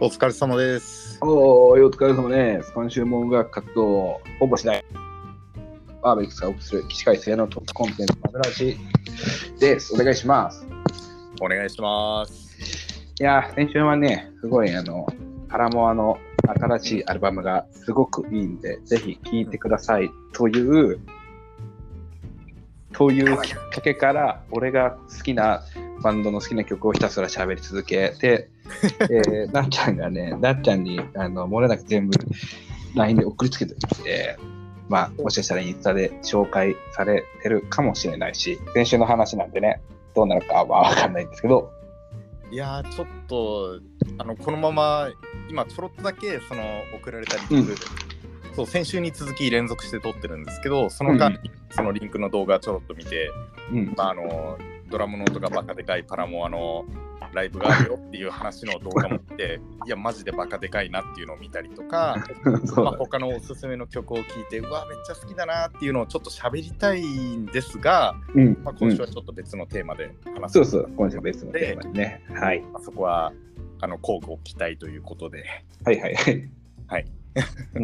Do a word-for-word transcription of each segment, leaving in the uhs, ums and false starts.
お疲れ様です。 おーい、お疲れ様です。今週も音楽活動をほぼしない。バーベキューがお送りする起死回生のトップコンテンツ、マブラジです。お願いします。 お願いします。 いやー、先週はね、すごいあの、パラモアの新しいアルバムがすごくいいんで、ぜひ聴いてくださいという、というきっかけから、俺が好きなバンドの好きな曲をひたすら喋り続けて、えー、なっちゃんがね、なっちゃんにあの漏れなく全部 ライン で送りつけてきて、まあ、もしかしたらインスタで紹介されてるかもしれないし、先週の話なんでね、どうなるかはわかんないんですけど。 いやー、ちょっと、あの、このまま、今、ちょろっとだけ、その、送られたリンク、うん、そう、先週に続き連続して撮ってるんですけど、その間に、うん、そのリンクの動画ちょろっと見て、うん、まあ、あの、ドラムの音がバカでかいパラモアのライブがあるよっていう話の動画も見ていやマジでバカでかいなっていうのを見たりとかまあ他のおすすめの曲を聴いてうわめっちゃ好きだなっていうのをちょっと喋りたいんですが、うんまあ、今週はちょっと別のテーマで話す、 うん、そうそう今週は別のテーマでね、はいまあ、そこはあの交互期待ということではいはいはいはい、 うん、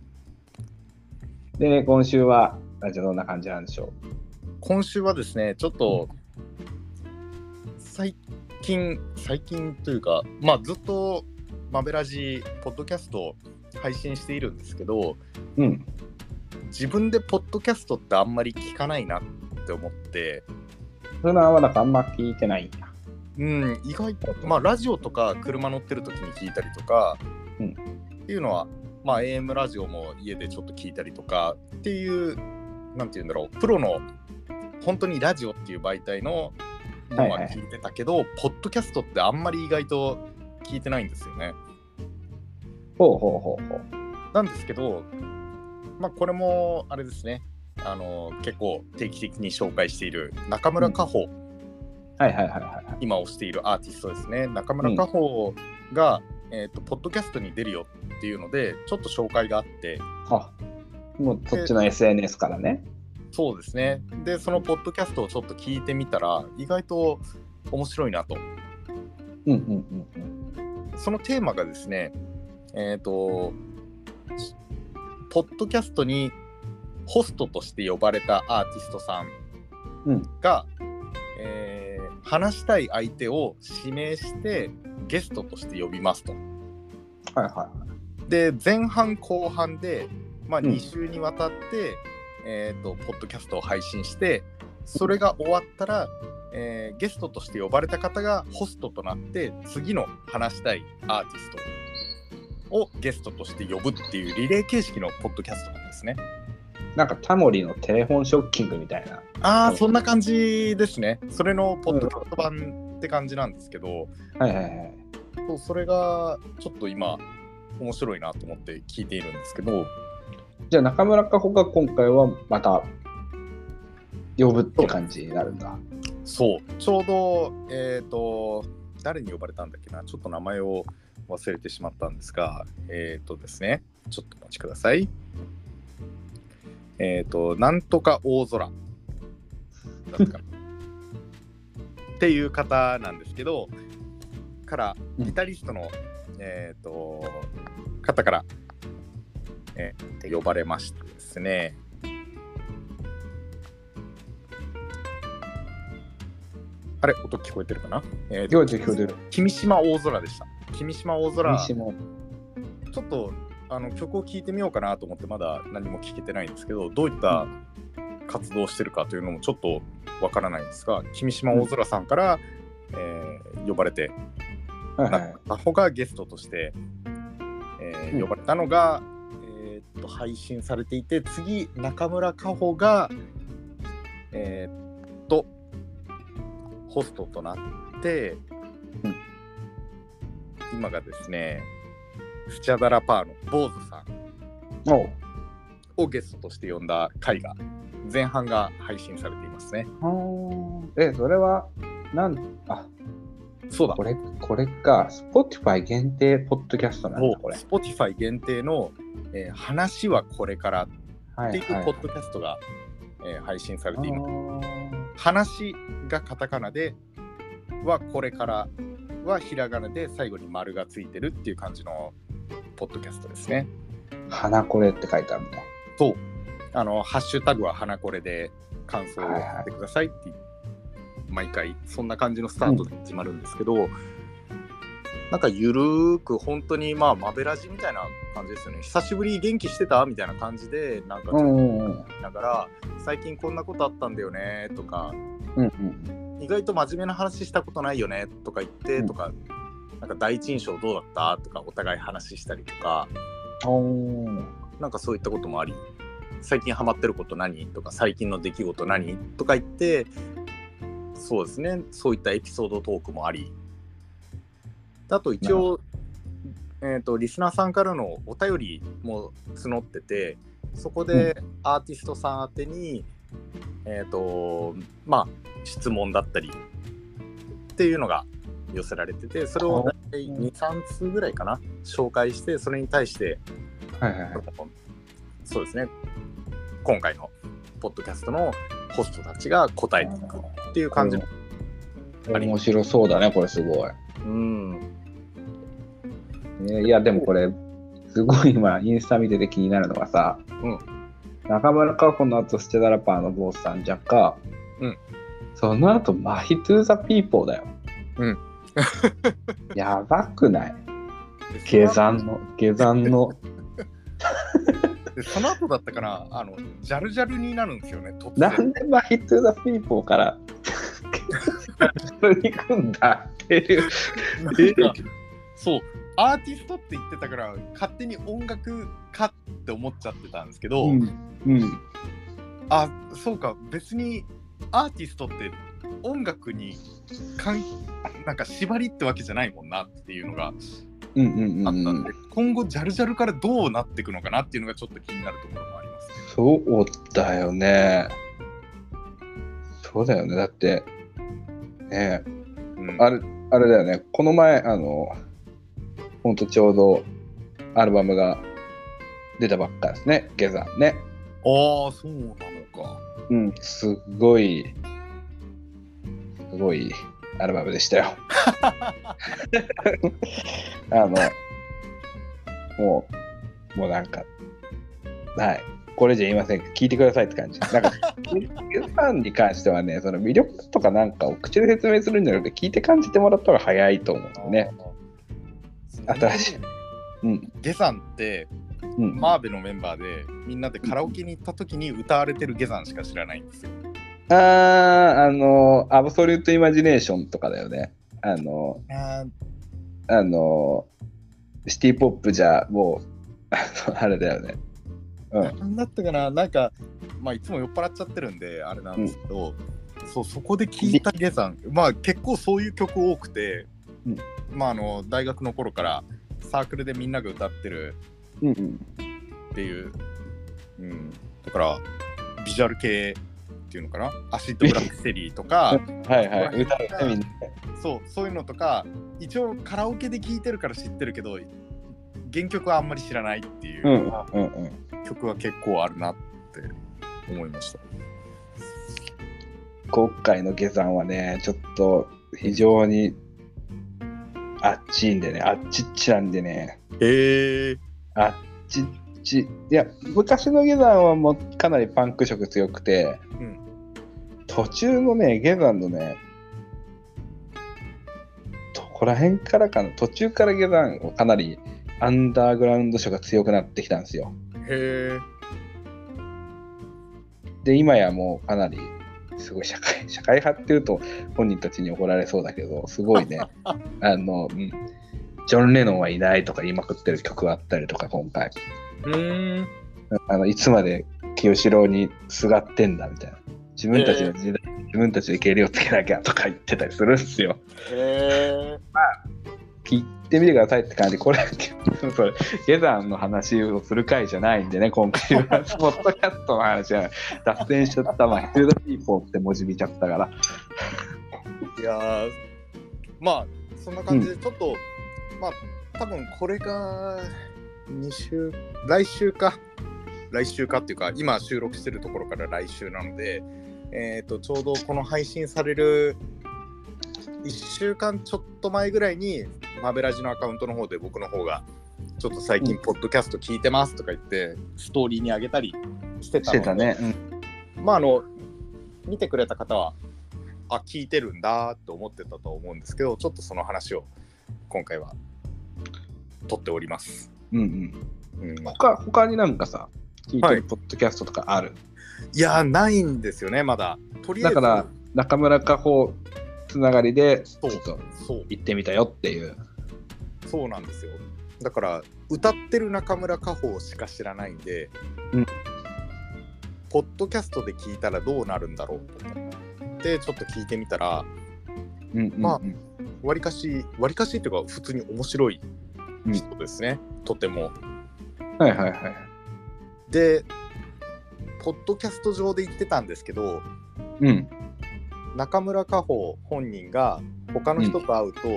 でね今週はじゃあどんな感じなんでしょう。 今週はですねちょっと、うん最近、最近というか、まあ、ずっとマベラジポッドキャストを配信しているんですけど、うん、自分でポッドキャストってあんまり聞かないなって思って。 普段はなんかあんま聞いてないんや。 うん、意外と、まあ、ラジオとか車乗ってる時に聞いたりとか、うん、っていうのは、まあ、エーエム ラジオも家でちょっと聞いたりとかっていう、なんていうんだろう、プロの本当にラジオっていう媒体ののは聞いてたけど、はいはい、ポッドキャストってあんまり意外と聞いてないんですよね。 ほうほうほうほう。 なんですけど、まあこれもあれですね。あの結構定期的に紹介している中村佳穂、うん、 はいはいはいはい。 今推しているアーティストですね。中村佳穂が、うん、えっとポッドキャストに出るよっていうのでちょっと紹介があって、 あ、もうそっちの エスエヌエス からね。 そうですね。で、そのポッドキャストをちょっと聞いてみたら、意外と面白いなと。 うんうんうんうん。そのテーマがですね、えっと、ポッドキャストにホストとして呼ばれたアーティストさんが、うんえー、話したい相手を指名してゲストとして呼びますと。 はいはい。 で、前半後半で、まあ、に週にわたって、うんえーと、ポッドキャストを配信してそれが終わったら、えー、ゲストとして呼ばれた方がホストとなって次の話したいアーティストをゲストとして呼ぶっていうリレー形式のポッドキャストなんですね。 なんかタモリのテレフォンショッキングみたいな。 ああそんな感じですね。それのポッドキャスト版って感じなんですけど、 うん、はいはいはい。 そうそれがちょっと今面白いなと思って聞いているんですけど。 じゃあ中村佳穂が今回はまた呼ぶって感じになるんだ。 そうちょうどえっと誰に呼ばれたんだっけなちょっと名前を忘れてしまったんですがえっとですねちょっとお待ちください。えっとなんとか大空だったかなっていう方なんですけどからギタリストの、えっと方からえー、呼ばれましたですね。あれ音聞こえてるかな？ えー、聞こえてる聞こえてる。 君島大空でした。君島大空。 君島ちょっとあの曲を聴いてみようかなと思ってまだ何も聞けてないんですけどどういった活動をしてるかというのもちょっとわからないんですが君島大空さんから、うんえー、呼ばれて、はいはい、アホがゲストとして、えーうん、呼ばれたのが配信されていて次中村佳穂がえー、っとホストとなって、うん、今がですねスチャダラパーの坊主さんをゲストとして呼んだ回が前半が配信されていますね。 えそれはなんあそうだこれこれか Spotify 限定ポッドキャストなんだこれ Spotify 限定のえー、話はこれからっていうポッドキャストが、はいはいえー、配信されています。話がカタカナではこれからはひらがなで最後に丸がついてるっていう感じのポッドキャストですね。 花これって書いてあるね。 そう。あの、ハッシュタグは花これで感想を言ってくださいって、はいはい、毎回そんな感じのスタートで始まるんですけど、うん、なんかゆるーく本当にまあマベラジみたいな感じですよね。久しぶり元気してたみたいな感じで、なんかちょっと言いながら、うんうん、最近こんなことあったんだよねとか、うんうん、意外と真面目な話したことないよねとか言って、うん、とか、なんか第一印象どうだったとかお互い話したりとか、なんかそういったこともあり、最近ハマってること何とか、最近の出来事何とか言って、そうですね、そういったエピソードトークもあり、あと一応、えーと、リスナーさんからのお便りも募ってて、そこでアーティストさん宛てに、うん、えーと、まあ質問だったりっていうのが寄せられてて、それを大体に、さんつうぐらいかな紹介して、それに対して、はいはいはい、そうですね、今回のポッドキャストのホストたちが答えていくっていう感じの、 うん、面白そうだね、これすごい。うん。いやでもこれすごい今インスタ見てて気になるのがさ、うん、中村佳穂の後ステララパーのボスさんじゃんか、うん、その後マヒトゥーザピーポーだよ。うん。やばくない？下山の下山の。 でその後だったかな、あのジャルジャルになるんですよね。突然なんでマヒトゥーザピーポーからに行くんだっていうそうアーティストって言ってたから勝手に音楽家って思っちゃってたんですけど、うんうん、あ、そうか、別にアーティストって音楽にかんなんか縛りってわけじゃないもんなっていうのがあったんで、今後ジャルジャルからどうなっていくのかなっていうのがちょっと気になるところもありますね。 そうだよね。そうだよね。だってね、うん、あれあれだよね。この前あのほんとちょうどアルバムが出たばっかですね。下山ね。 ああ、そうなのか。 うん、すごいすごいアルバムでしたよ。あのもうもうなんかはい。これじゃ言いません。聞いてくださいって感じ。なんか下山に関してはね、その魅力とかなんかを口で説明するんじゃなくて聞いて感じてもらった方が早いと思うんだよね。新しい。 うん。下山って、うん、マーベのメンバーでみんなでカラオケに行った時に歌われてる下山しか知らないんですよ。 あー、あのアブソリュートイマジネーションとかだよね。あのああのシティポップじゃもうあれだよね。 うん、なんだったかな、なんか、まあ、いつも酔っ払っちゃってるんであれなんですけど、うん、そうそこで聞いた下山、まあ結構そういう曲多くて、うん、まああの大学の頃からサークルでみんなが歌ってるっていう、うんうん、だからビジュアル系っていうのかな、アシッドブラックセリーとかはいはい歌うみんなそうそういうのとか、一応カラオケで聴いてるから知ってるけど原曲はあんまり知らないっていう、うんうんうん、曲は結構あるなって思いました。 今回の下山はねちょっと非常にあっちいんでね、あっちっちなんでね、 へー、 あっちっち、いや昔の下山はもうかなりパンク色強くて、うん、途中のね下山のねどこら辺からかな、途中から下山をかなりアンダーグラウンド色が強くなってきたんですよ。 へー。 で今やもうかなりすごい社会社会派っていうと本人たちに怒られそうだけど、すごいねあの、うん、ジョン・レノンはいないとか言いまくってる曲があったりとか、今回うーんあのいつまで清志郎にすがってんだみたいな、自分たちの時代、自分たちでけりをつけなきゃとか言ってたりするんですよ。へー。まあ聞いてみてくださいって感じ。これそれ下山の話をする回じゃないんでね、今回はポッドキャストの話じゃない。脱線しちゃった。まあフードピーポーって文字見ちゃったから。 いやー、まあそんな感じでちょっと、うん、まあ多分これがに週来週か来週かっていうか今収録してるところから来週なので、えーとちょうどこの配信されるいっしゅうかんちょっと前ぐらいにマベラジのアカウントの方で僕の方がちょっと最近ポッドキャスト聞いてますとか言ってストーリーに上げたりしてたので、 してたね、 うん、まああの見てくれた方はあ聞いてるんだと思ってたと思うんですけど、ちょっとその話を今回は撮っております。 うんうんうん、 他, 他になんかさ聞いてるポッドキャストとかある？はい、 いやないんですよねまだ。とりあえずだから中村佳穂つながりでちょっと行ってみたよっていう。 そうなんですよ。だから歌ってる中村佳穂しか知らないんで、 うん、 ポッドキャストで聞いたらどうなるんだろうと思ってちょっと聞いてみたら、 うんうんうん、 まあわりかしわりかしっていうか普通に面白い人ですね、うん、とても。 はいはいはい。 でポッドキャスト上で言ってたんですけど、 うん、 中村佳穂本人が他の人と会うと、うん、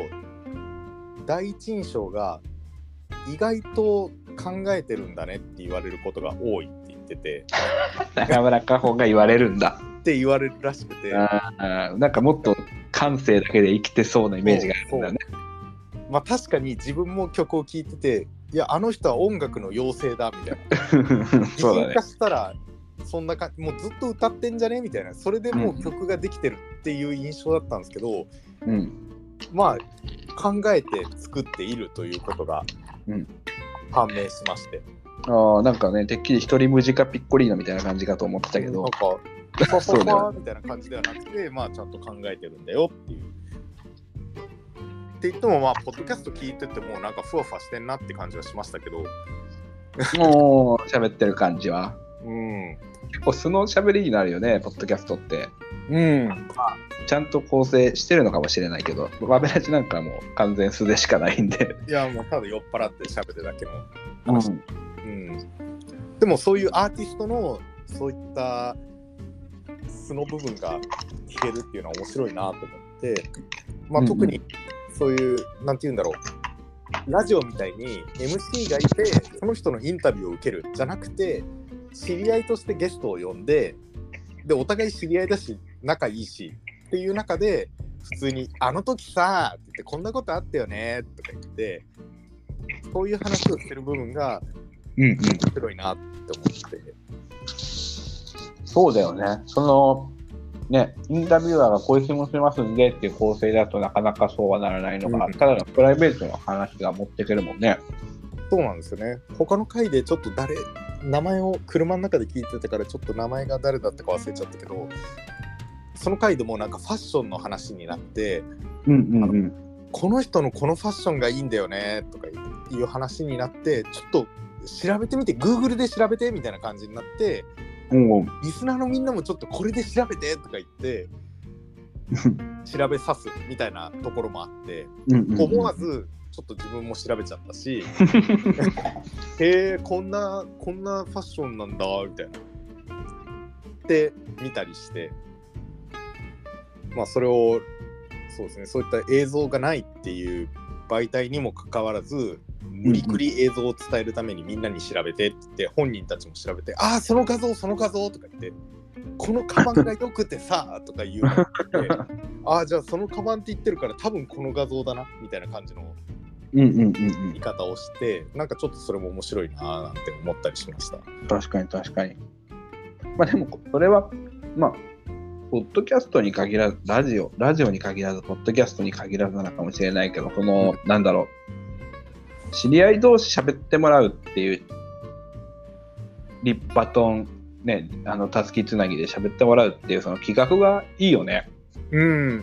第一印象が意外と考えてるんだねって言われることが多いって言ってて中村佳穂が言われるんだって言われるらしくて、 ああなんかもっと感性だけで生きてそうなイメージがあるんだね。 まあ確かに自分も曲を聴いてて、いやあの人は音楽の妖精だみたいなそうだね、 擬人化したらそんな感じ、もうずっと歌ってんじゃねみたいな、それでもう曲ができてるっていう印象だったんですけど、 うん、 まあ考えて作っているということが判明しまして、 うん、あなんかねてっきり一人ムジカピッコリーノみたいな感じかと思ってたけど、 なんかパパパみたいな感じではなくてまあちゃんと考えてるんだよっていう。って言ってもまあポッドキャスト聞いててもなんかふわふわしてんなって感じはしましたけど、 もう喋ってる感じは、 うん、 結構素の喋りになるよねポッドキャストって、 うん、 まあ、ちゃんと構成してるのかもしれないけどマベラジなんかもう完全素でしかないんで、 いやもうただ酔っ払って喋るだけの話、うんうん、でもそういうアーティストのそういった素の部分が聞けるっていうのは面白いなと思って、まあ、特にそういう、うん、なんていうんだろう、ラジオみたいに エムシー がいてその人のインタビューを受けるじゃなくて、知り合いとしてゲストを呼んで、でお互い知り合いだし仲いいしっていう中で普通にあの時さって言ってこんなことあったよねとか言ってそういう話をしてる部分が面白いなって思って、うんうん、 そうだよね。そのね、インタビュアーがこういう質問しますんでっていう構成だとなかなかそうはならないのが、うん、ただのプライベートの話が持ってくるもんね。 そうなんですよね。他の回でちょっと誰名前を車の中で聞いててからちょっと名前が誰だったか忘れちゃったけど、その回でもなんかファッションの話になって、 うんうんうん、 この人のこのファッションがいいんだよねとかいう話になって、ちょっと調べてみて Google で調べてみたいな感じになって、うん、リスナーのみんなもちょっとこれで調べてとか言って調べさすみたいなところもあって、うんうんうん、思わずちょっと自分も調べちゃったしへえこんなこんなファッションなんだみたいなって見たりして、まあそれをそうですね、そういった映像がないっていう媒体にもかかわらず無理くり映像を伝えるためにみんなに調べてって言って本人たちも調べて、ああその画像その画像とか言ってこのカバンがよくてさとか言うのってああじゃあそのカバンって言ってるから多分この画像だなみたいな感じの言い方をして、なんかちょっとそれも面白いなーなんて思ったりしました。 確かに確かに。まあでもそれはまあポッドキャストに限らずラジオラジオに限らずポッドキャストに限らずなのかもしれないけど、その、うん、なんだろう、知り合い同士喋ってもらうっていうリッバトンね、あのたすきつなぎで喋ってもらうっていうその企画がいいよね。 うん。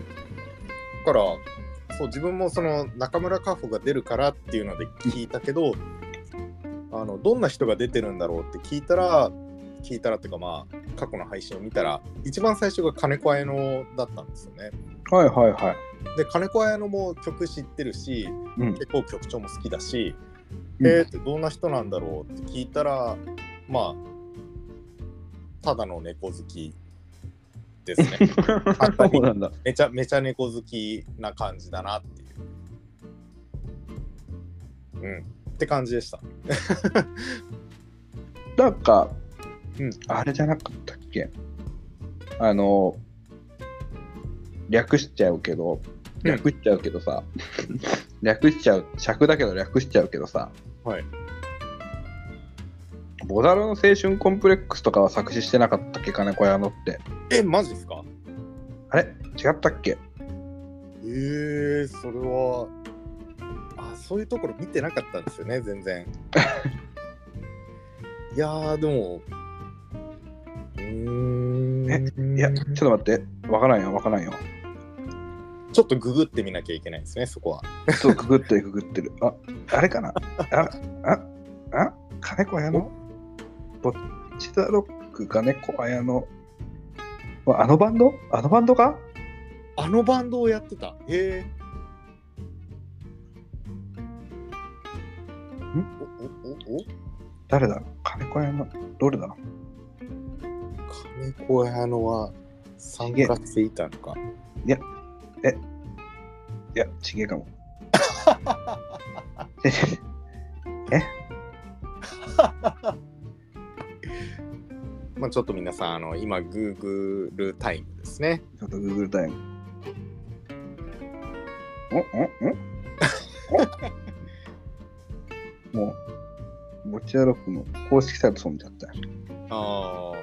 だからそう自分もその中村佳穂が出るからっていうので聞いたけど、あのどんな人が出てるんだろうって聞いたら聞いたらっていうかまあ過去の配信を見たら一番最初が金子綾乃だったんですよね。 はいはいはい。 で金子綾乃も曲知ってるし、うん、結構曲調も好きだし、うん、えーってどんな人なんだろうって聞いたらまあただの猫好きですね。そうなんだ。めちゃめちゃ猫好きな感じだなっていう、うん、って感じでした。 なんか、うん、あれじゃなかったっけ、あの略しちゃうけど略しちゃうけどさ、うん、略しちゃう、尺だけど略しちゃうけどさ、 はい。 ボダロの青春コンプレックスとかは作詞してなかったっけ、金子屋のって。 え、マジですか？ あれ違ったっけ？ えー、それは、あ、そういうところ見てなかったんですよね、全然。いやー、でも、うーん。 え、いや、ちょっと待って、わからんよ、わからんよ。 ちょっとググってみなきゃいけないですね、そこは。 そう、ググってる、ググってる。あ、あれかなあ、あ、あ、金子屋のぼっちだロック金子屋の、あのバンドあのバンドかあのバンドをやってた。へえ。 んおおおお誰だ金子屋の、どれだ金子屋のは参加していたのか。 いや、え、いや、ちげえかも。えまあちょっと皆さん、あの今 Google タイムですね。 ちょっと Google タイム。おおおもう、ボチアロックの公式サイトそう見ちゃったよ。 ああ。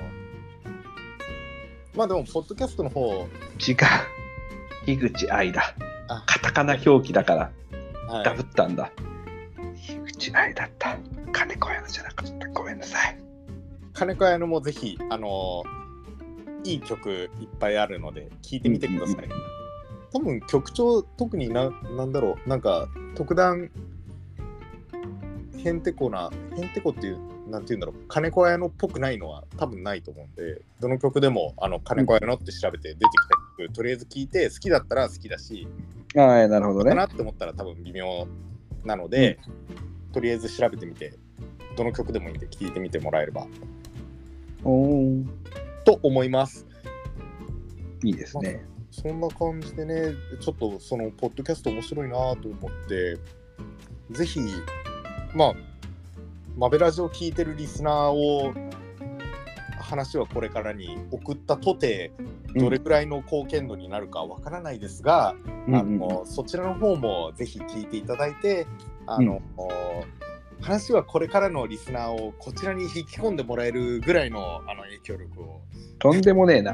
まあでも、ポッドキャストの方。 違う。樋口愛だ。カタカナ表記だから、はい、ダブったんだ。樋口愛だった。金子屋のじゃなかった。ごめんなさい。 金子屋のもぜひ、あのー、いい曲いっぱいあるので聴いてみてください。うんうんうん、多分曲調特にな、なんだろう、なんか特段へんてこな、へんてこっていう、なんていうんだろう、金子屋のっぽくないのは多分ないと思うんで、どの曲でもあの金子屋のって調べて出てきた曲、とりあえず聴いて、好きだったら好きだし、 ああ、なるほどね。 かなって思ったら多分微妙なので、うん、とりあえず調べてみて、どの曲でもいいんで聴いてみてもらえればおと思います。 いいですね。 まあ、そんな感じでね、ちょっとそのポッドキャスト面白いなと思って、ぜひまあマベラジを聞いてるリスナーを話はこれからに送ったとてどれくらいの貢献度になるかわからないですが、うん、あのそちらの方もぜひ聞いていただいて、あの、うん、話はこれからのリスナーをこちらに引き込んでもらえるぐらいのあの影響力を。 とんでもねえな。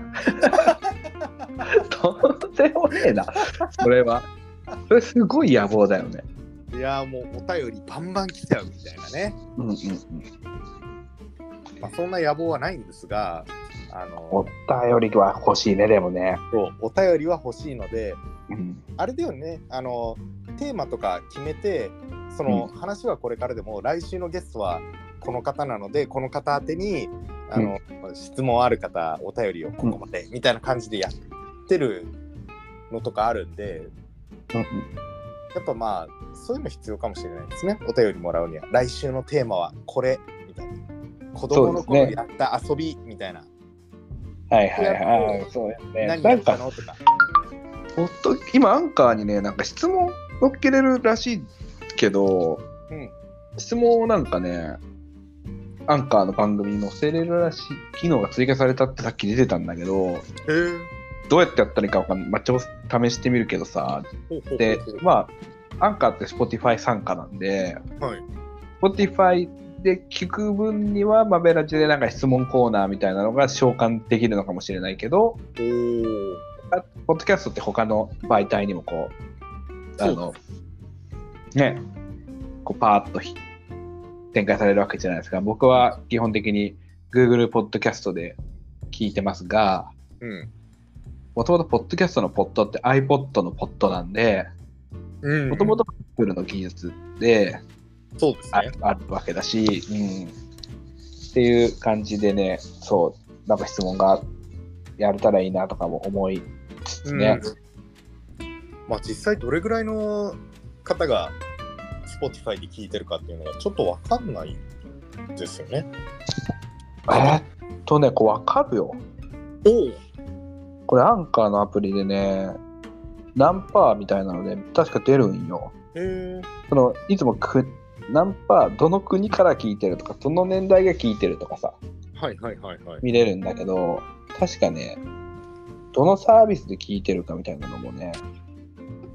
とんでもねえな。それは。それすごい野望だよね。 いやもうお便りバンバン来ちゃうみたいなね。うんうんうん。まあ、そんな野望はないんですが、あのお便りは欲しいね。でもね。 そうお便りは欲しいので、 うん、あれだよね。あのテーマとか決めて、その話はこれからでも、うん、来週のゲストはこの方なので、この方宛てにあの、うん、質問ある方お便りをここまで、うん、みたいな感じでやってるのとかあるんで、うん、やっぱまあそういうの必要かもしれないですね。お便りもらうには来週のテーマはこれみたいな、子供の頃やった遊びみたいな、 はいはいはい、そうですね。 何やったのとか。 今アンカーにね、なんか質問乗っけれるらしいけど、うん、質問をなんかね、アンカーの番組に載せれるらしい機能が追加されたってさっき出てたんだけど、どうやってやったらいいかわかんない。まあ、試してみるけどさ、で、まあ、アンカーって Spotify 傘下なんで、はい、Spotify で聞く分にはマベラジでなんか質問コーナーみたいなのが召喚できるのかもしれないけど、ポッドキャストって他の媒体にもこう、あの、ね、こうパーッと展開されるわけじゃないですか。僕は基本的に Google ポッドキャストで聞いてますが、もともとポッドキャストのポッドって iPod のポッドなんで、もともと Google の技術で、 そうですね、 ある、あるわけだし、うん、っていう感じでね、そう、なんか質問がやれたらいいなとかも思いつつね。 うん、まあ実際どれぐらいの方が Spotify で聞いてるかっていうのがちょっとわかんないですよね。 えー、っとね、こうわかるよ。 おう。 これアンカーのアプリでね、何パーみたいなので確か出るんよ。 へー。 そのいつもく何パーどの国から聞いてるとか、どの年代が聞いてるとかさ、 はいはいはいはい、 見れるんだけど、確かね、どのサービスで聞いてるかみたいなのもね、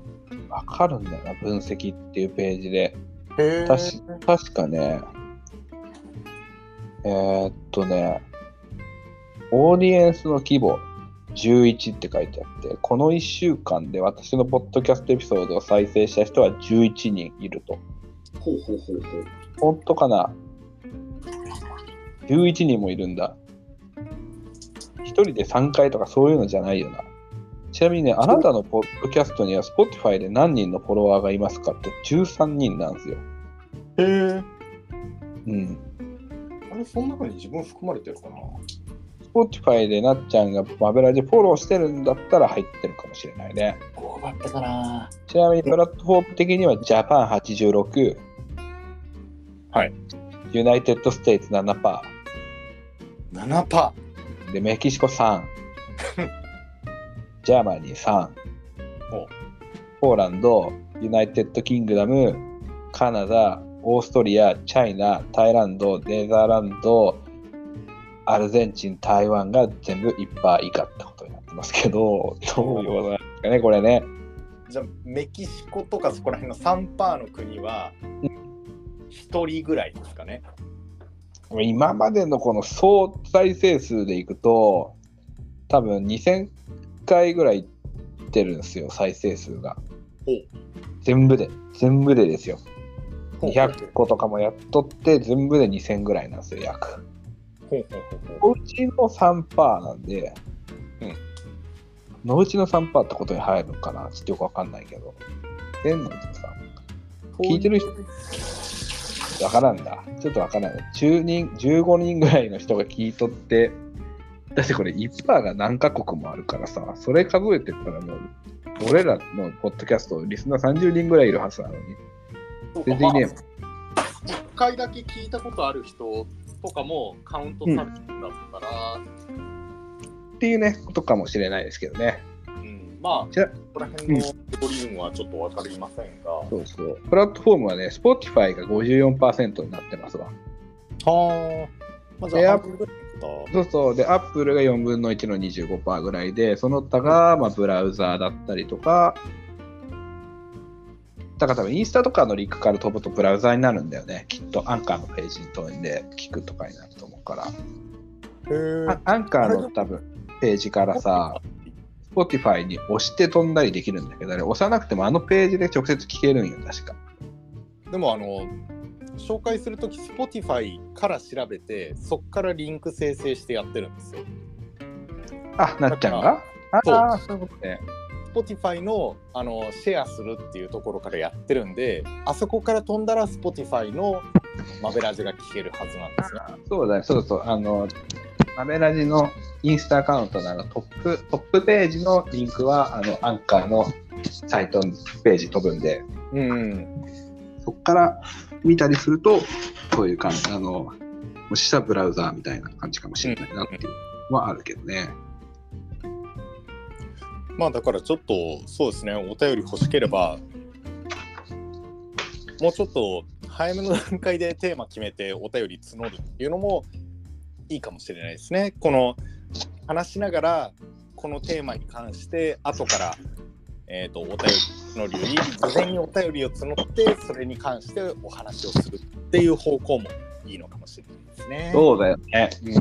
わかるんだよな、分析っていうページで。 へたし確かね、えー、っとね、オーディエンスの規模じゅういちって書いてあって、このいっしゅうかんで私のポッドキャストエピソードを再生した人はじゅういちにんいると。 ほうほうほうほう。 本当かな？じゅういちにんもいるんだ。ひとりでさんかいとかそういうのじゃないよな。ちなみにね、あなたのポッドキャストには Spotify で何人のフォロワーがいますかってじゅうさんにんなんですよ。 へえ。 うん。 あれ、その中に自分含まれてるかな？ Spotify でなっちゃんがマブラジフォローしてるんだったら入ってるかもしれないね。 こうだったかな。 ちなみにプラットフォーム的にはジャパンはちじゅうろく、 はい。 ユナイテッドステイツ ななパーセント、 ななパーセント。 でメキシコさん、ジャーマニーさん、 おポーランド、ユナイテッドキングダム、カナダ、オーストリア、チャイナ、タイランド、ネザーランド、アルゼンチン、台湾が全部 いちパーセント 以下ってことになってますけど、どういうことなんですかね、これね。 じゃあメキシコとかそこら辺の さんパーセント の国はひとりぐらいですかね。 今までのこの総再生数でいくと、多分にせんかいぐらいいってるんですよ、再生数が。 ほう。 全部で、全部でですよ。 ほうにひゃっことかもやっとって、全部でにせんぐらいなんですよ、約。 ほうほうほうほう。 のうちの さんパーセント なんで、 うん。 のうちの さんパーセント ってことに入るのかな、ちょっとよくわかんないけど。全部さ、聞いてる人、わからんだ。ちょっとわからない。じゅうにん、じゅうごにんぐらいの人が聞いとって、だってこれ いちパーセント が何カ国もあるからさ、それ数えてったらもう、俺らのポッドキャスト、リスナーさんじゅうにんぐらいいるはずなのに。全然いねえもん。 いっかいだけ聞いたことある人とかもカウントされるんだったら、 うん、っていうね、ことかもしれないですけどね。 うん、まあ、 じゃここら辺のボリュームはちょっとわかりませんが、 そうそう。プラットフォームはね、Spotify が ごじゅうよんパーセント になってますわ。 はあ。まあ、じゃあ、 そうそう。で、Apple がよんぶんのいちの にじゅうごパーセント ぐらいで、その他が、まあ、ブラウザーだったりとか、だから多分インスタとかのリンクから飛ぶとブラウザーになるんだよね。きっとアンカーのページに飛んで聞くとかになると思うから。 へー。 アンカーの多分ページからさ、Spotify に押して飛んだりできるんだけど、あれ押さなくてもあのページで直接聞けるんよ、確か。 でもあの、紹介するとき Spotify から調べて、そこからリンク生成してやってるんですよ。 あ、なっちゃんがああ、そういうことね。 Spotify の、あのシェアするっていうところからやってるんで、あそこから飛んだら Spotify のマベラジが聞けるはずなんですね。 そうだね、そうそう。あの、マベラジのインスタアカウントのあのトップ、トップページのリンクは、あの、アンカーのサイトのページ飛ぶんで、 うん、 そこから見たりすると、そういう感じ、あの、もししたブラウザーみたいな感じかもしれないなっていうのはあるけどね。 まあだからちょっとそうですね、お便り欲しければもうちょっと早めの段階でテーマ決めてお便り募るっていうのもいいかもしれないですね。この話しながらこのテーマに関して後から、えーと、お便りのより事前にお便りを募ってそれに関してお話をするっていう方向もいいのかもしれないですね。 そうだよね。うん、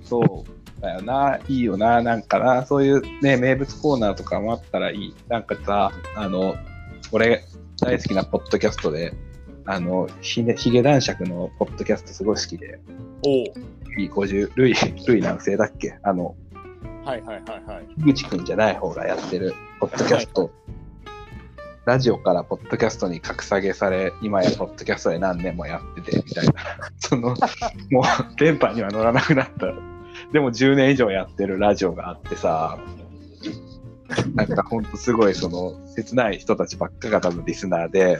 そうだよな。いいよな。なんかな、そういうね、名物コーナーとかもあったらいい。なんかさ、あの、俺大好きなポッドキャストで、あの、ひげ、ひげ男爵のポッドキャストすごい好きで。 おう。 ビーごじゅう、ルイ、ルイ南西だっけ、あの、 はいはいはいはい。 樋口くんじゃない方がやってるポッドキャスト。はい、ラジオからポッドキャストに格下げされ、今やポッドキャストで何年もやっててみたいな。その、もう電波には乗らなくなった。でもじゅうねん以上やってるラジオがあってさ、なんかほんとすごいその切ない人たちばっかが多分リスナーで、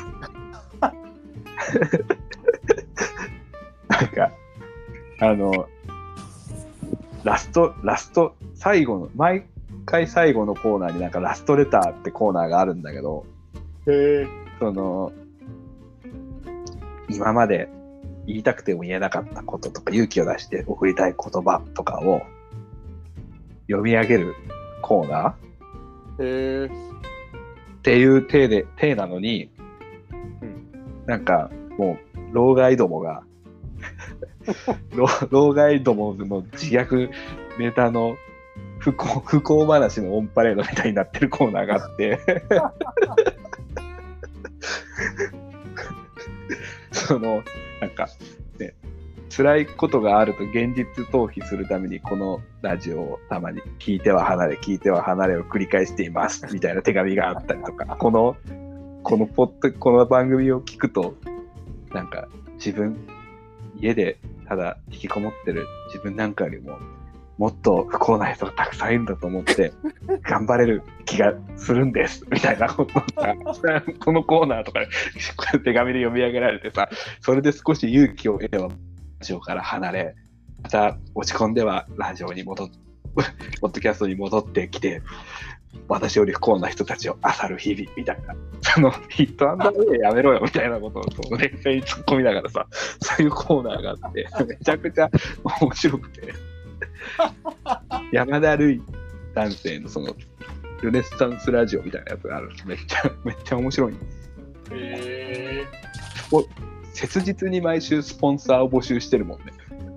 なんかあのラストラスト最後の毎回最後のコーナーになんかラストレターってコーナーがあるんだけど、 へその今まで言いたくても言えなかったこととか勇気を出して送りたい言葉とかを読み上げるコーナーへっていう体で体なのに、 うん、 なんかもう老害どもが老, 老害どもの自虐ネタの不幸不幸話のオンパレードみたいになってるコーナーがあってそのなんかね、辛いことがあると現実逃避するためにこのラジオをたまに聞いては離れ聞いては離れを繰り返していますみたいな手紙があったりとか、このこのポッドこの番組を聞くとなんか自分家でただ引きこもってる自分なんかよりももっと不幸な人がたくさんいるんだと思って頑張れる気がするんですみたいなことがこのコーナーとかで手紙で読み上げられてさ、それで少し勇気を得てはラジオから離れ、また落ち込んではラジオに戻っポッドキャストに戻ってきて私より不幸な人たちを漁る日々みたいな、そのヒットアンダーウェイやめろよみたいなことをそ冷静に突っ込みながらさ、そういうコーナーがあってめちゃくちゃ面白くて山田るい男性のそのルネッサンスラジオみたいなやつがある。めっちゃめっちゃ面白い。 へー。お切実に毎週スポンサーを募集してるもんね。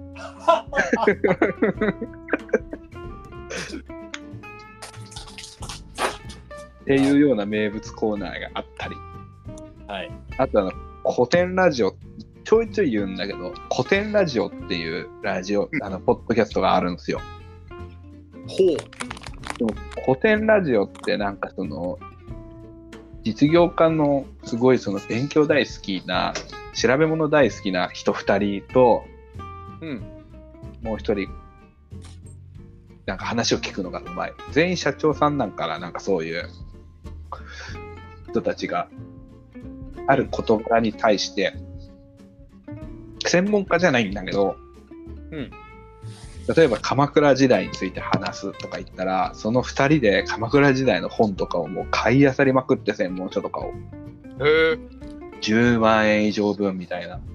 っていうような名物コーナーがあったり、 はい、 あとあの古典ラジオちょいちょい言うんだけど、古典ラジオっていうラジオあのポッドキャストがあるんですよ。 ほう。 でも古典ラジオってなんかその実業家のすごいその勉強大好きな調べ物大好きな人ふたりと、 うん、 もう一人なんか話を聞くのがうまい。全員社長さんなんかな、なんかそういう人たちがある事柄に対して専門家じゃないんだけど、 うん、 例えば鎌倉時代について話すとか言ったら、そのふたりで鎌倉時代の本とかをもう買い漁りまくって、専門書とかをへーじゅうまんえん以上分みたいな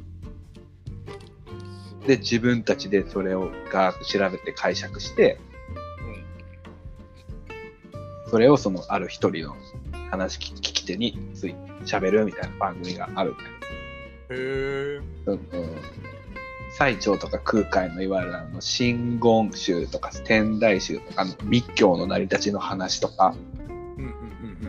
で自分たちでそれをガーッと調べて解釈して、うん、それをそのある一人の話聞き手について喋るみたいな番組がある。 へー、 うん、最澄とか空海のいわゆるあの真言宗とか天台宗とかの密教の成り立ちの話とか、 うんうんうんうん、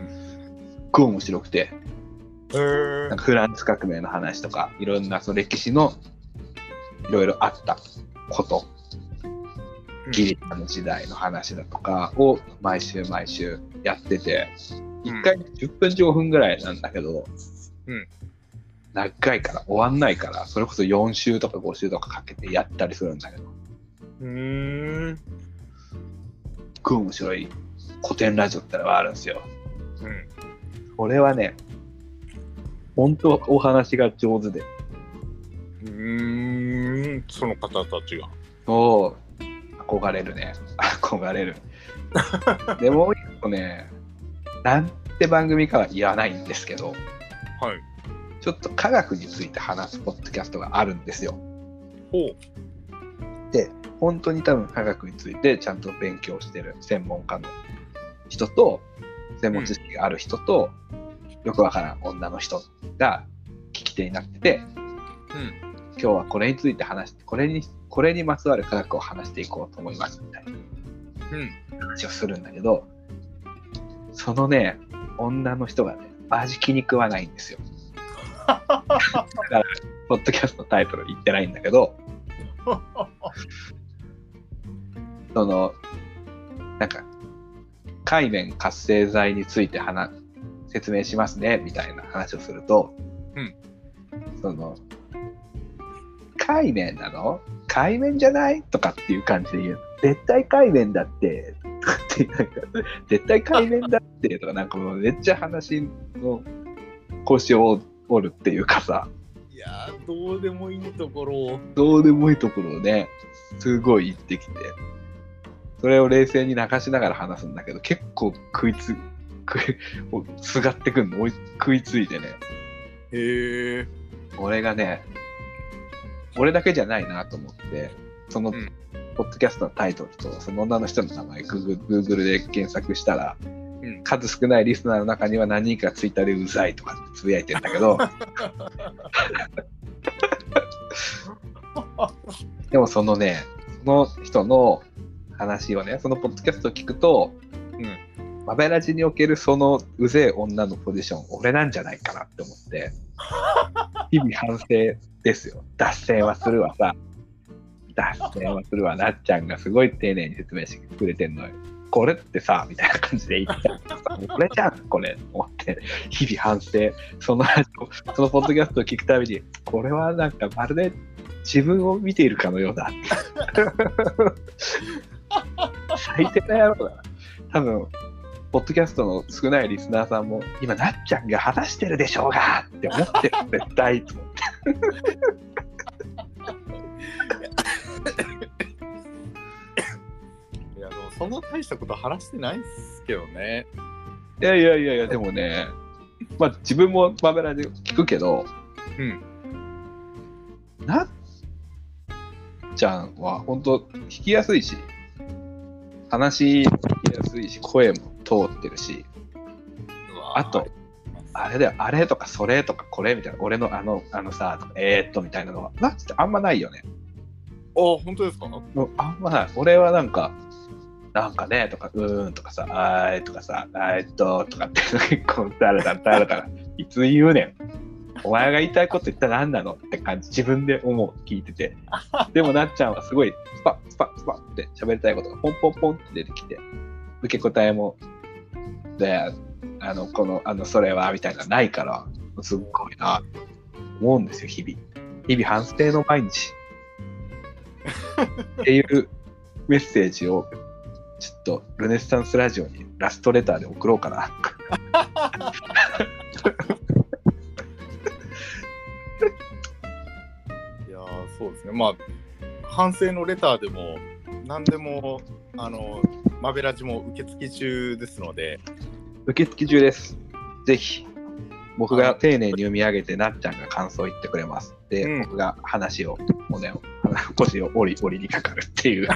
すっごい面白くて、 へー、 なんかフランス革命の話とかいろんなその歴史のいろいろあったこと、ギリシャの時代の話だとかを毎週毎週やってて、いっかいじゅっぷんじゅうごふんぐらいなんだけど、 うん、 長いから終わんないから、それこそよん週とかご週とかかけてやったりするんだけど、 うーん、 すっごい面白い古典ラジオってのがあるんですよ。 うん、 これはね、本当お話が上手で、 うーん、その方たちがおー憧れるね。憧れる。でもう一個ね、なんて番組かは言わないんですけど、 はい、 ちょっと科学について話すポッドキャストがあるんですよ。 ほう。 で、本当に多分科学についてちゃんと勉強してる専門家の人と、専門知識がある人と、うん、よくわからん女の人が聞き手になってて、うん、今日はこれについて話して、これにこれにまつわる科学を話していこうと思いますみたいな話をするんだけど、そのね、女の人がね、味気に食わないんですよ。だから、ポッドキャストのタイトル言ってないんだけど、その、なんか、界面活性剤について話説明しますねみたいな話をすると、うん、その、界面なの？界面じゃない？とかっていう感じで言う。絶対界面だってとかってなんか絶対界面だってとかなんかもうめっちゃ話の腰を折るっていうかさ。 いやー、どうでもいいところをどうでもいいところをね、すごい言ってきて、それを冷静に流しながら話すんだけど、結構食いつ食いすがってくんの、食いついてね。 へー。 俺がね。俺だけじゃないなと思って、その、うん、ポッドキャストのタイトルとその女の人の名前 Google, Google で検索したら、うん、 うん、 数少ないリスナーの中には何人かツイッターでうざいとかつぶやいてるんだけどでもそのね、その人の話をね、そのポッドキャストを聞くと、うん、マベラジにおけるそのうぜえ女のポジション、俺なんじゃないかなって思って、日々反省ですよ。脱線はするわさ。脱線はするわ。なっちゃんがすごい丁寧に説明してくれてんのよ。これってさ、みたいな感じで言ってた。これじゃん、これ。思って、日々反省。その、そのポッドキャストを聞くたびに、これはなんかまるで自分を見ているかのようだ。最低な野郎だな。多分、ポッドキャストの少ないリスナーさんも、今、なっちゃんが話してるでしょうがって思ってる、絶対と思って。 いや、でもそんな大したこと話してないですけどね。 いやいやいやいや、でもね、まあ自分もマベラで聞くけど、 うん。 なっちゃんは本当聞きやすいし、話聞きやすいし、声も通ってるし、あと、あれだよ、あれとかそれとかこれみたいな、俺のあの、あのさ、とかえーっとみたいなのは、なっちゃんあんまないよね。 あ、本当ですか？ もうあんまない。俺はなんか、なんかねとか、うーんとかさ、あーいとかさ、あーっととかって結構だらだらだらだら、いつ言うねん。お前が言いたいこと言ったら何なのって感じ、自分で思う、聞いてて。でもなっちゃんはすごいスパッスパッスパッって喋りたいことがポンポンポンって出てきて、受け答えも、で、あの、この、あの、それはみたいなのないから、すっごいな、思うんですよ、日々。日々反省の毎日。っていうメッセージを、ちょっとルネッサンスラジオにラストレターで送ろうかな。 いやー、そうですね。まあ反省のレターでも何でもあのマベラジも受付中ですので。 受付中です。ぜひ僕が丁寧に読み上げてなっちゃんが感想を言ってくれます。で、うん、僕が話を骨を腰を折り折りにかかるっていう。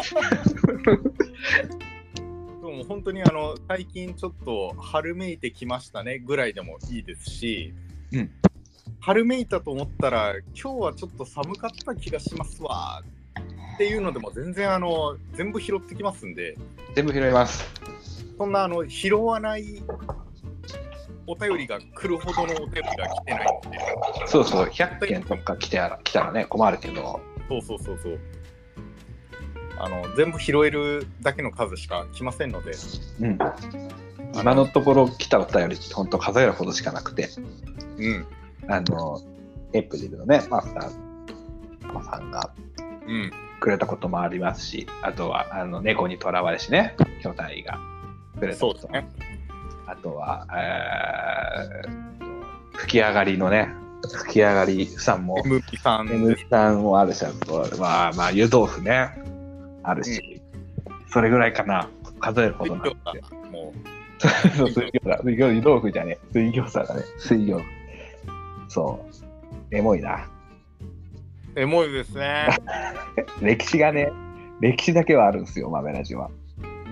でも本当にあの最近ちょっと春めいてきましたねぐらいでもいいですし、うん、春めいたと思ったら今日はちょっと寒かった気がしますわっていうのでも全然あの全部拾ってきますんで。 全部拾います。 そんなあの拾わないお便りが来るほどのお便りが来てないので。 そうそう、ひゃっけんとか来て来たらね困るけど。 そうそうそうそう。あの全部拾えるだけの数しか来ませんので。 うん。今のところ来たお便りって本当数えるほどしかなくて。 うん。 あのエイプリルのねマスターさんがくれたこともありますし、あとはあの猫にとらわれしね巨体がくれたこと。そうですね。あとは、えー、吹き上がりのね、吹き上がりさんも、 M P さん、 M P さんもあるし、あとまあ、まあ、湯豆腐ね、あるし、うん、それぐらいかな、数えるほどなんで。もう、そう、水餃子、湯豆腐じゃね、水餃子だね、水餃子。そう、エモいな。 エモいですね。 歴史がね、歴史だけはあるんですよ、マベラジは。 うん。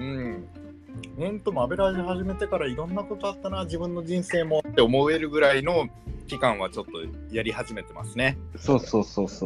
ほんとマベラジ始めてからいろんなことあったな、自分の人生もって思えるぐらいの期間はちょっとやり始めてますね。 そうそうそうそう。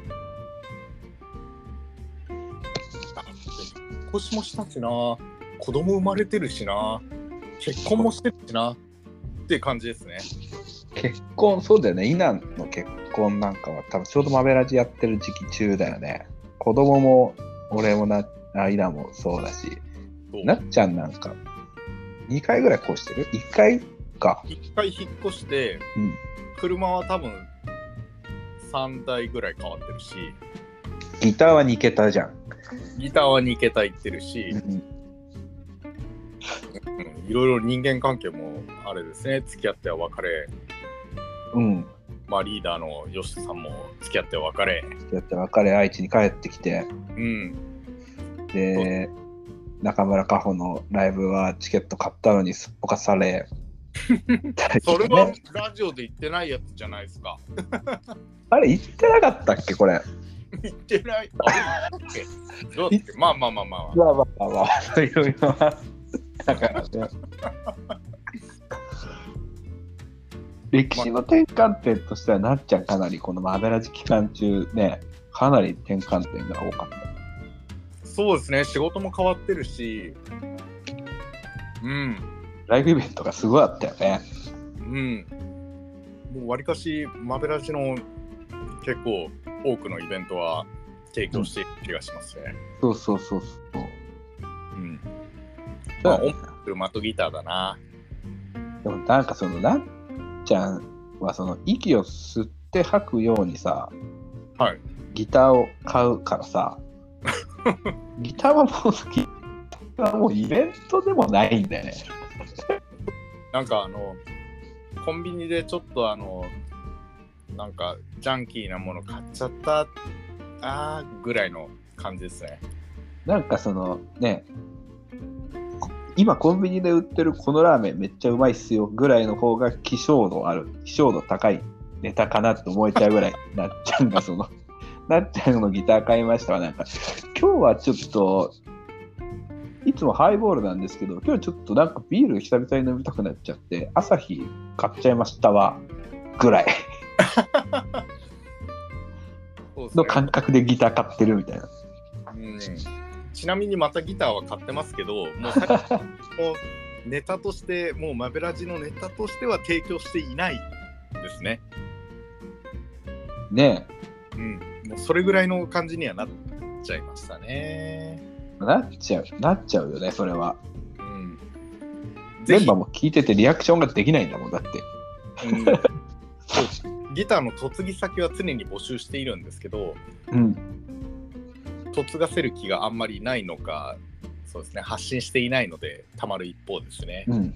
引っ越しもしたしな、子供生まれてるしな、結婚もしてるしなっていう感じですね。 結婚、そうだよね。イナの結婚なんかは多分ちょうどマベラジやってる時期中だよね。子供も俺もな、あ、イナもそうだし。なっちゃんなんかにかいぐらいこうしてる ?いっ 回か。 いっかい引っ越して、うん、車は多分さんだいぐらい変わってるし、 ギターはにけたじゃん。 ギターはにけたいってるし、うん、いろいろ人間関係もあれですね、付き合っては別れ、 うん、 まあリーダーの吉田さんも付き合っては別れ、 付き合って別れ、愛知に帰ってきて、 うん、 で中村佳穂のライブはチケット買ったのにすっぽかされそれはラジオで言ってないやつじゃないですか。 あれ言ってなかったっけこれ。 言ってない。あれどうだっけ。まあまあまあまあまあまあまあまあいろいろだからね。歴史の転換点としては、なっちゃんかなりこのマベラジ期間中ね、かなり転換点が多かった。 そうですね、仕事も変わってるし、うん。 ライブイベントがすごいあったよね。 うん。もうわりかしマベラジの結構多くのイベントは提供している気がしますね。 うん、そうそうそうそう。 うん。まあ、音楽マットギターだな。 でもなんかそのなっちゃんはその息を吸って吐くようにさ、 はい、 ギターを買うからさ、ギターはもうギターはもうイベントでもないんだよね。 なんかあのコンビニでちょっとあのなんかジャンキーなもの買っちゃったあーぐらいの感じですね。 なんかそのね、今コンビニで売ってるこのラーメンめっちゃうまいっすよぐらいの方が希少度ある、希少度高いネタかなって思えちゃうぐらいなっちゃんがそのなっちゃんのギター買いましたわ。なんか今日はちょっといつもハイボールなんですけど、今日ちょっとなんかビール久々に飲みたくなっちゃって朝日買っちゃいましたわぐらいの感覚でギター買ってるみたいな。 うん、ちなみにまたギターは買ってますけど、もうさもうネタとしてもうマベラジのネタとしては提供していないですね。 ねえ、うん、もうそれぐらいの感じにはなっちゃいましたね。 なっちゃうなっちゃうよね、それは。 うん、 メンバーも聞いててリアクションができないんだもんだって。 うん、そうギターの嫁ぎ先は常に募集しているんですけど、うん、嫁がせる気があんまりないのか、そうですね、発信していないのでたまる一方ですね。うん、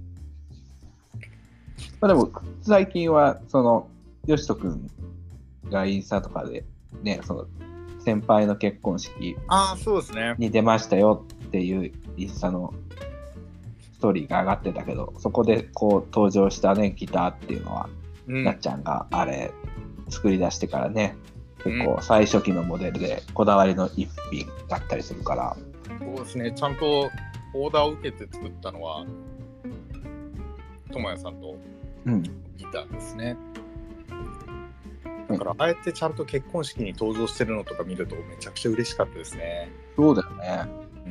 まあ、でも最近はそのよしとくんがインスタとかでね、その先輩の結婚式に出ましたよっていうインスタのストーリーが上がってたけど、そこでこう登場したねギターっていうのは、うん、なっちゃんがあれ作り出してからね、結構最初期のモデルでこだわりの一品だったりするから、 そうですね、ちゃんとオーダーを受けて作ったのはともやさんとギターですね。うん、だからああやってちゃんと結婚式に登場してるのとか見るとめちゃくちゃ嬉しかったですね。 そうだよね。うん。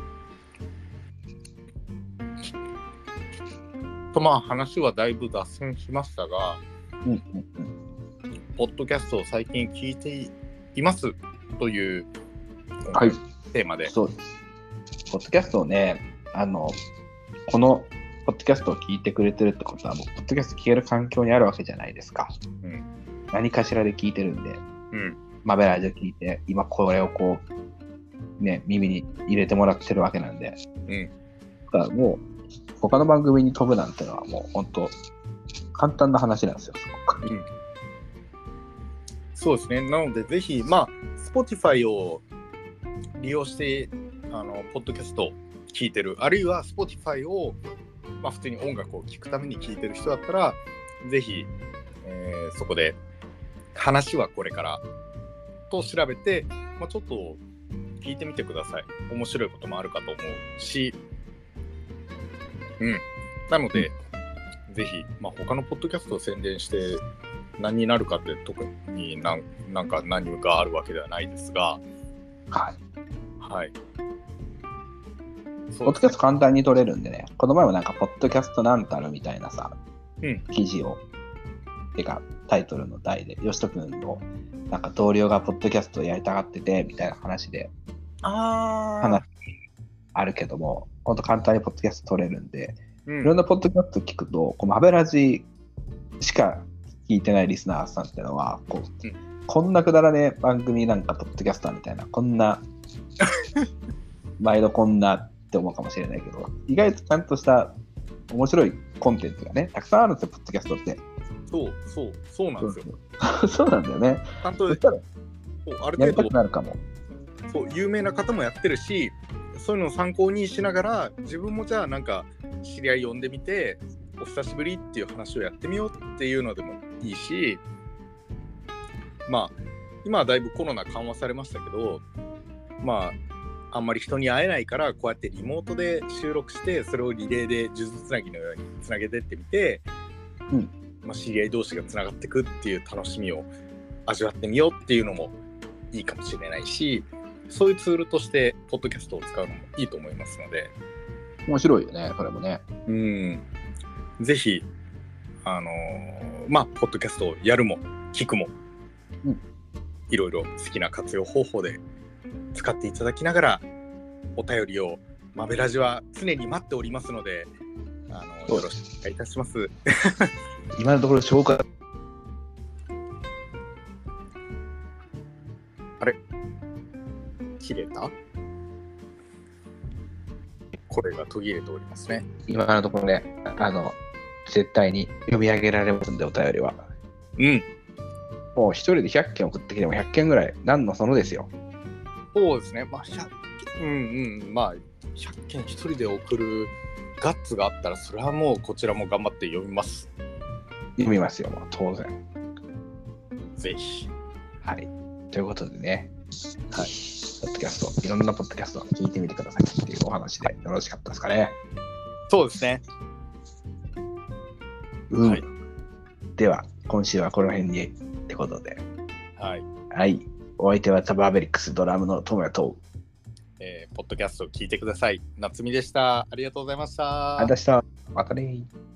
とまあ話はだいぶ脱線しましたが、うんうんうん、ポッドキャストを最近聞いていますというテーマで、はい、 そうです。ポッドキャストをね、あのこのポッドキャストを聞いてくれてるってことはもうポッドキャスト聞ける環境にあるわけじゃないですか。うん、何かしらで聞いてるんで、うん、マベラジオ聞いて今これをこうね耳に入れてもらってるわけなんで、うん、だからもう他の番組に飛ぶなんてのはもう本当簡単な話なんですよ、すごく。うん、 そうですね。なのでぜひまあ Spotify を利用してあのポッドキャストを聞いてる、あるいは Spotify をまあ普通に音楽を聴くために聞いてる人だったらぜひ、えー、そこで話はこれからと調べて、まあ、ちょっと聞いてみてください。面白いこともあるかと思うし、うん、なので、うん、ぜひ、まあ、他のポッドキャストを宣伝して何になるかって特にな ん, なんか何があるわけではないですが、 はい、 はい、 ポッドキャスト簡単に取れるんでね、この前もなんかポッドキャストなんたるみたいなさ、うん、記事をてかタイトルの題でよしとくんのなんか同僚がポッドキャストをやりたがっててみたいな話で話あるけども、ほんと簡単にポッドキャスト取れるんで、うん、いろんなポッドキャスト聞くとこうマベラジしか聞いてないリスナーさんってのはこう、うん、こんなくだらね番組なんかポッドキャスターみたいなこんな毎度こんなって思うかもしれないけど、意外とちゃんとした面白いコンテンツがねたくさんあるんですよ、ポッドキャストって。 そうそうそうなんですよ。 そうそうなんだよね。 ちゃんとそしたらある程度やりたくなるかも。 そう有名な方もやってるし、そういうのを参考にしながら自分もじゃあなんか知り合い呼んでみてお久しぶりっていう話をやってみようっていうのでもいいし、まあ今はだいぶコロナ緩和されましたけど、まああんまり人に会えないからこうやってリモートで収録してそれをリレーで数珠つなぎのようにつなげてってみて、 うんまあ、知り合い同士がつながっていくっていう楽しみを味わってみようっていうのもいいかもしれないし、そういうツールとしてポッドキャストを使うのもいいと思いますので、 面白いよね、それもね。 うん、ぜひあのー、まあポッドキャストをやるも聞くも、 うん、 いろいろ好きな活用方法で使っていただきながらお便りをマベラジは常に待っておりますので、あのよろしくお願いいたします。 今のところ紹介あれ切れた？これが途切れておりますね。 今のところね、あの絶対に読み上げられますんで、お便りは。 うん。 もう一人でひゃっけん送ってきてもひゃっけんぐらいなんのそのですよ。 そうですね。まあひゃっけん、うんうん、まあひゃっけん一人で送るガッツがあったら、それはもうこちらも頑張って読みます。 読みますよ、もう当然。 ぜひ。 はい。ということでね、 はい、 ポッドキャスト、いろんなポッドキャストを聞いてみてくださいっていうお話でよろしかったですかね。 そうですね。 うん。 はい、 では、今週はこの辺にってことで。 はい。 はい。お相手はザ・バーベリックスドラムのトモヤと、 えー、ポッドキャストを聞いてください。夏美でした。ありがとうございました。 ありがとうございました。またね。